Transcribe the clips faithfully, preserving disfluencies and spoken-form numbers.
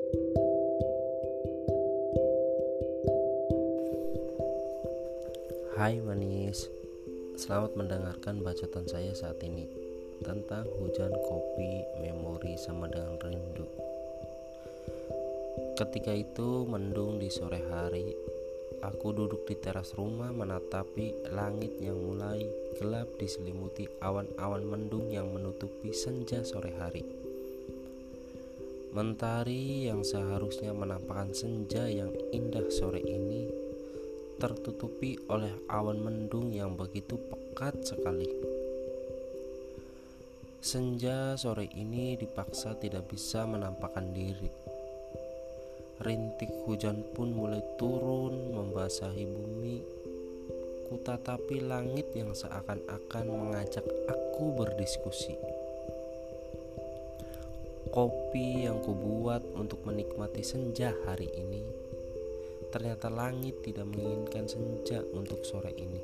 Hai manis, selamat mendengarkan bacotan saya saat ini tentang hujan, kopi, memori sama dengan rindu. Ketika itu mendung di sore hari, aku duduk di teras rumah menatapi langit yang mulai gelap diselimuti awan-awan mendung yang menutupi senja sore hari. Mentari yang seharusnya menampakkan senja yang indah sore ini tertutupi oleh awan mendung yang begitu pekat sekali. Senja sore ini dipaksa tidak bisa menampakkan diri. Rintik hujan pun mulai turun membasahi bumi. Kutatapi langit yang seakan-akan mengajak aku berdiskusi. Kopi yang kubuat untuk menikmati senja hari ini, ternyata langit tidak menginginkan senja untuk sore ini.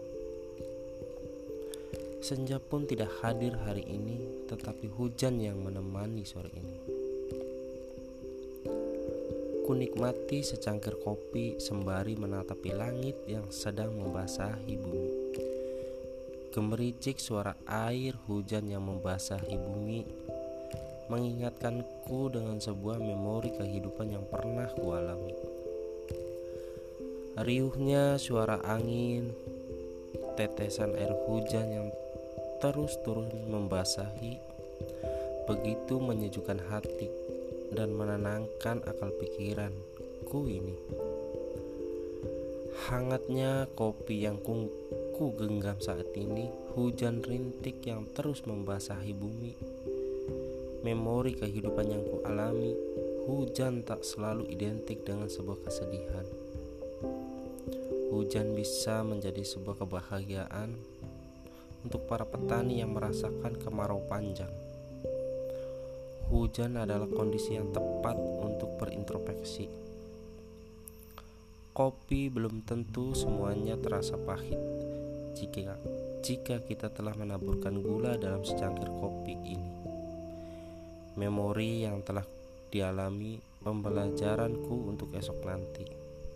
Senja pun tidak hadir hari ini, tetapi hujan yang menemani sore ini. Kunikmati secangkir kopi sembari menatapi langit yang sedang membasahi bumi. Gemericik suara air hujan yang membasahi bumi mengingatkanku dengan sebuah memori kehidupan yang pernah kualami. Riuhnya suara angin, tetesan air hujan yang terus turun membasahi, begitu menyejukkan hati dan menenangkan akal pikiranku ini. Hangatnya kopi yang ku, ku genggam saat ini, hujan rintik yang terus membasahi bumi, memori kehidupan yang ku alami. Hujan tak selalu identik dengan sebuah kesedihan. Hujan bisa menjadi sebuah kebahagiaan untuk para petani yang merasakan kemarau panjang. Hujan adalah kondisi yang tepat untuk berintrospeksi. Kopi belum tentu semuanya terasa pahit jika, jika kita telah menaburkan gula dalam secangkir kopi ini. Memori yang telah dialami, pembelajaranku untuk esok nanti.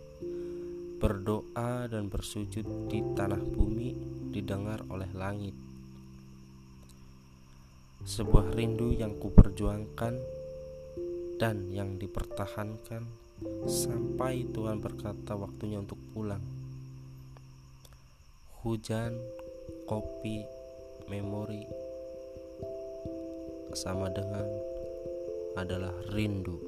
Berdoa dan bersujud di tanah bumi didengar oleh langit. Sebuah rindu yang kuperjuangkan dan yang dipertahankan sampai Tuhan berkata waktunya untuk pulang. Hujan, kopi, memori sama dengan adalah rindu.